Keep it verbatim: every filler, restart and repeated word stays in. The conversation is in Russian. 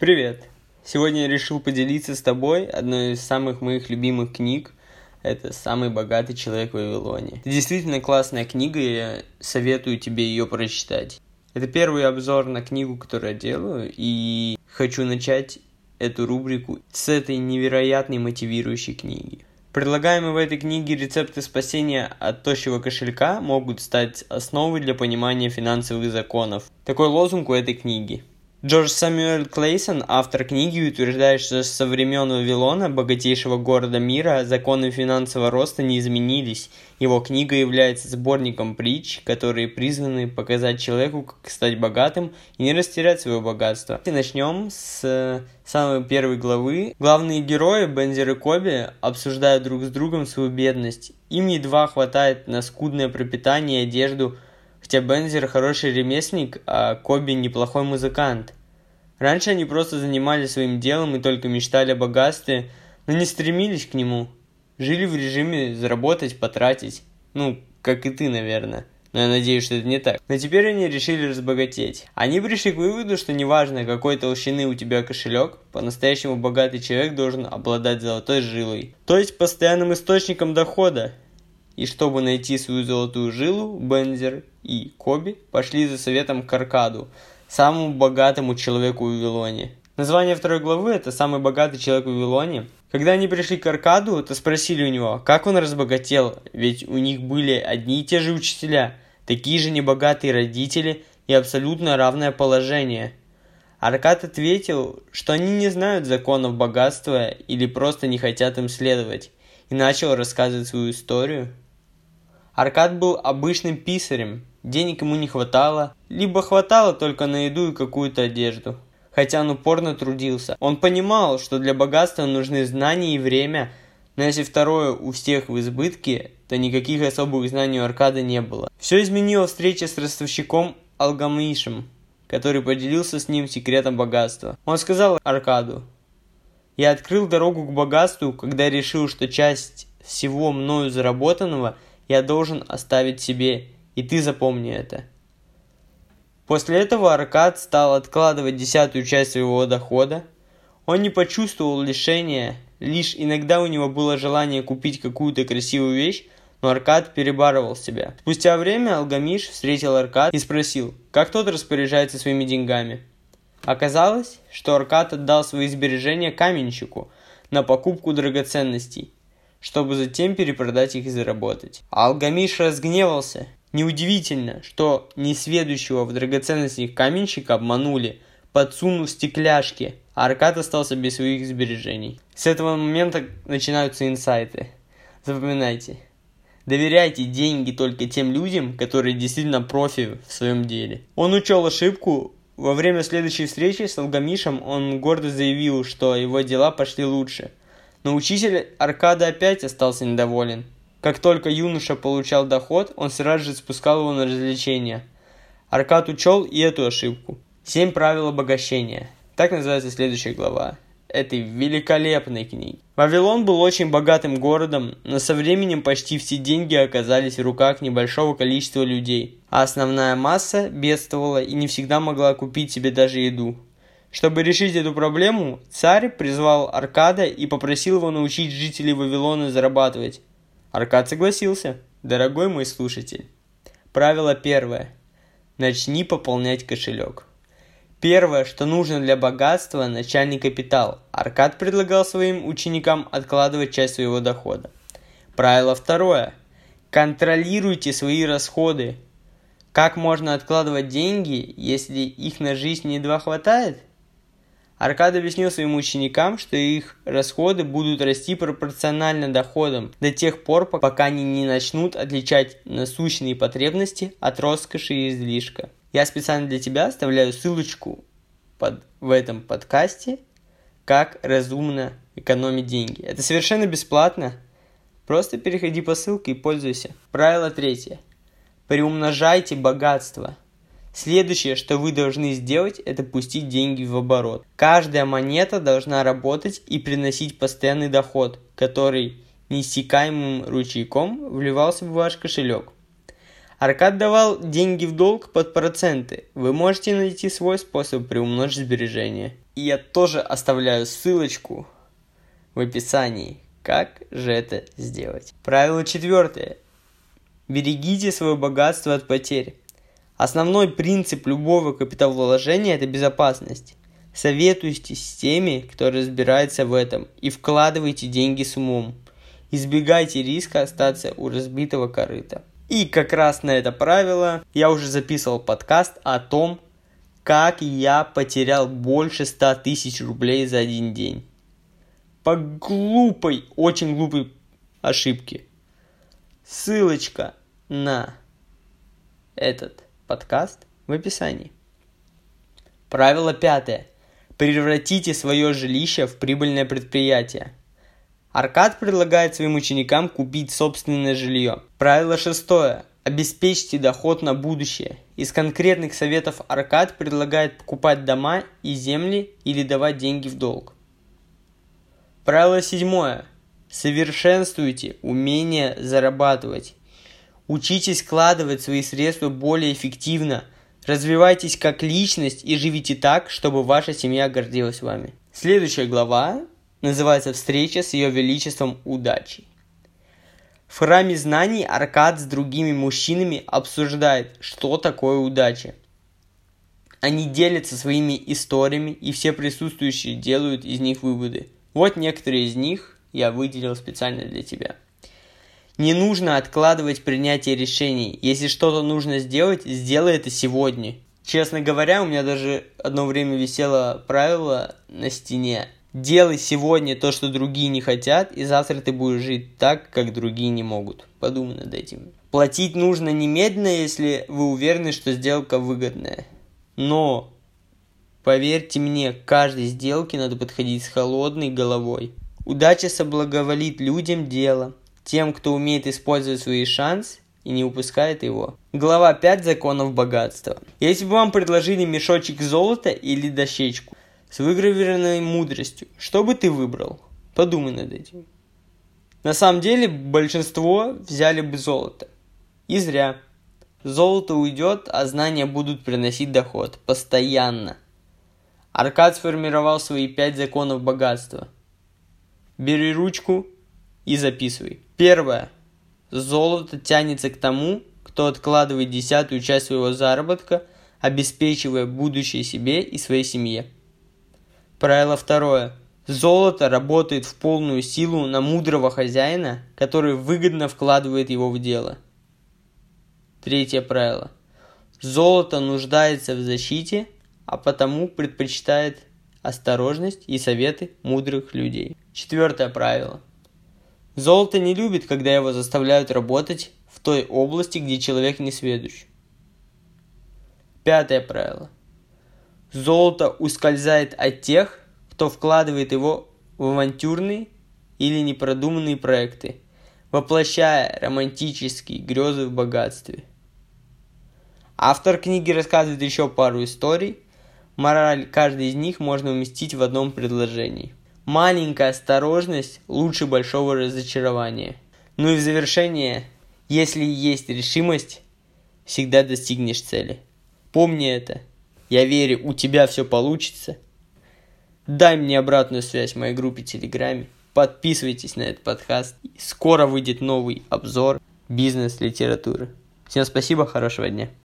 Привет! Сегодня я решил поделиться с тобой одной из самых моих любимых книг. Это «Самый богатый человек в Вавилоне». Это действительно классная книга, и я советую тебе ее прочитать. Это первый обзор на книгу, которую я делаю, и хочу начать эту рубрику с этой невероятной мотивирующей книги. Предлагаемые в этой книге рецепты спасения от тощего кошелька могут стать основой для понимания финансовых законов. Такой лозунг у этой книги. Джордж Сэмюэл Клейсон, автор книги, утверждает, что со времен Вавилона, богатейшего города мира, законы финансового роста не изменились. Его книга является сборником притч, которые призваны показать человеку, как стать богатым и не растерять свое богатство. И начнем с самой первой главы. Главные герои, Бензер и Коби, обсуждают друг с другом свою бедность. Им едва хватает на скудное пропитание и одежду, хотя Бензер хороший ремесленник, а Коби неплохой музыкант. Раньше они просто занимались своим делом и только мечтали о богатстве, но не стремились к нему. Жили в режиме заработать, потратить. Ну, как и ты, наверное. Но я надеюсь, что это не так. Но теперь они решили разбогатеть. Они пришли к выводу, что неважно, какой толщины у тебя кошелек, по-настоящему богатый человек должен обладать золотой жилой. То есть постоянным источником дохода. И чтобы найти свою золотую жилу, Бензер и Коби пошли за советом к Аркаду, самому богатому человеку в Вавилоне. Название второй главы – это «Самый богатый человек в Вавилоне». Когда они пришли к Аркаду, то спросили у него, как он разбогател, ведь у них были одни и те же учителя, такие же небогатые родители и абсолютно равное положение. Аркад ответил, что они не знают законов богатства или просто не хотят им следовать, и начал рассказывать свою историю. Аркад был обычным писарем, денег ему не хватало, либо хватало только на еду и какую-то одежду. Хотя он упорно трудился. Он понимал, что для богатства нужны знания и время, но если второе у всех в избытке, то никаких особых знаний у Аркада не было. Все изменила встреча с ростовщиком Алгамишем, который поделился с ним секретом богатства. Он сказал Аркаду: «Я открыл дорогу к богатству, когда решил, что часть всего мною заработанного я должен оставить себе, и ты запомни это». После этого Аркад стал откладывать десятую часть своего дохода. Он не почувствовал лишения, лишь иногда у него было желание купить какую-то красивую вещь, но Аркад перебарывал себя. Спустя время Алгамиш встретил Аркад и спросил, как тот распоряжается своими деньгами. Оказалось, что Аркад отдал свои сбережения каменщику на покупку драгоценностей, чтобы затем перепродать их и заработать. Алгамиш разгневался. Неудивительно, что несведущего в драгоценностях каменщика обманули, подсунув стекляшки, а Аркад остался без своих сбережений. С этого момента начинаются инсайты. Запоминайте. Доверяйте деньги только тем людям, которые действительно профи в своем деле. Он учел ошибку. Во время следующей встречи с Алгамишем он гордо заявил, что его дела пошли лучше. Но учитель Аркада опять остался недоволен. Как только юноша получал доход, он сразу же спускал его на развлечения. Аркад учел и эту ошибку. Семь правил обогащения. Так называется следующая глава этой великолепной книги. Вавилон был очень богатым городом, но со временем почти все деньги оказались в руках небольшого количества людей, а основная масса бедствовала и не всегда могла купить себе даже еду. Чтобы решить эту проблему, царь призвал Аркада и попросил его научить жителей Вавилона зарабатывать. Аркад согласился. Дорогой мой слушатель, правило первое. Начни пополнять кошелек. Первое, что нужно для богатства – начальный капитал. Аркад предлагал своим ученикам откладывать часть своего дохода. Правило второе. Контролируйте свои расходы. Как можно откладывать деньги, если их на жизнь едва хватает? Аркад объяснил своим ученикам, что их расходы будут расти пропорционально доходам до тех пор, пока они не начнут отличать насущные потребности от роскоши и излишка. Я специально для тебя оставляю ссылочку под, в этом подкасте, как разумно экономить деньги. Это совершенно бесплатно. Просто переходи по ссылке и пользуйся. Правило третье. Приумножайте богатство. Следующее, что вы должны сделать, это пустить деньги в оборот. Каждая монета должна работать и приносить постоянный доход, который неиссякаемым ручейком вливался в ваш кошелек. Аркад давал деньги в долг под проценты. Вы можете найти свой способ приумножить сбережения. И я тоже оставляю ссылочку в описании, как же это сделать. Правило четвертое. Берегите свое богатство от потерь. Основной принцип любого капиталовложения – это безопасность. Советуйтесь с теми, кто разбирается в этом, и вкладывайте деньги с умом. Избегайте риска остаться у разбитого корыта. И как раз на это правило я уже записывал подкаст о том, как я потерял больше ста тысяч рублей за один день. По глупой, очень глупой ошибке. Ссылочка на этот подкаст в описании. Правило пятое. Превратите свое жилище в прибыльное предприятие. Аркад предлагает своим ученикам купить собственное жилье. Правило шестое. Обеспечьте доход на будущее. Из конкретных советов Аркад предлагает покупать дома и земли или давать деньги в долг. Правило седьмое. Совершенствуйте умение зарабатывать. Учитесь складывать свои средства более эффективно. Развивайтесь как личность и живите так, чтобы ваша семья гордилась вами. Следующая глава называется «Встреча с Ее Величеством Удачей». В храме знаний Аркад с другими мужчинами обсуждает, что такое удача. Они делятся своими историями, и все присутствующие делают из них выводы. Вот некоторые из них я выделил специально для тебя. Не нужно откладывать принятие решений. Если что-то нужно сделать, сделай это сегодня. Честно говоря, у меня даже одно время висело правило на стене. Делай сегодня то, что другие не хотят, и завтра ты будешь жить так, как другие не могут. Подумай над этим. Платить нужно немедленно, если вы уверены, что сделка выгодная. Но, поверьте мне, к каждой сделке надо подходить с холодной головой. Удача соблаговолит людям дела, тем, кто умеет использовать свои шансы и не упускает его. Глава пять законов богатства. Если бы вам предложили мешочек золота или дощечку с выгравированной мудростью, что бы ты выбрал? Подумай над этим. На самом деле, большинство взяли бы золото. И зря. Золото уйдет, а знания будут приносить доход. Постоянно. Аркад сформировал свои пять законов богатства. Бери ручку и записывай. Первое. Золото тянется к тому, кто откладывает десятую часть своего заработка, обеспечивая будущее себе и своей семье. Правило второе. Золото работает в полную силу на мудрого хозяина, который выгодно вкладывает его в дело. Третье правило. Золото нуждается в защите, а потому предпочитает осторожность и советы мудрых людей. Четвертое правило. Золото не любит, когда его заставляют работать в той области, где человек не сведущ. Пятое правило. Золото ускользает от тех, кто вкладывает его в авантюрные или непродуманные проекты, воплощая романтические грезы в богатстве. Автор книги рассказывает еще пару историй. Мораль каждой из них можно уместить в одном предложении. Маленькая осторожность лучше большого разочарования. Ну и в завершение, если есть решимость, всегда достигнешь цели. Помни это. Я верю, у тебя все получится. Дай мне обратную связь в моей группе в Телеграме. Подписывайтесь на этот подкаст. Скоро выйдет новый обзор бизнес-литературы. Всем спасибо, хорошего дня.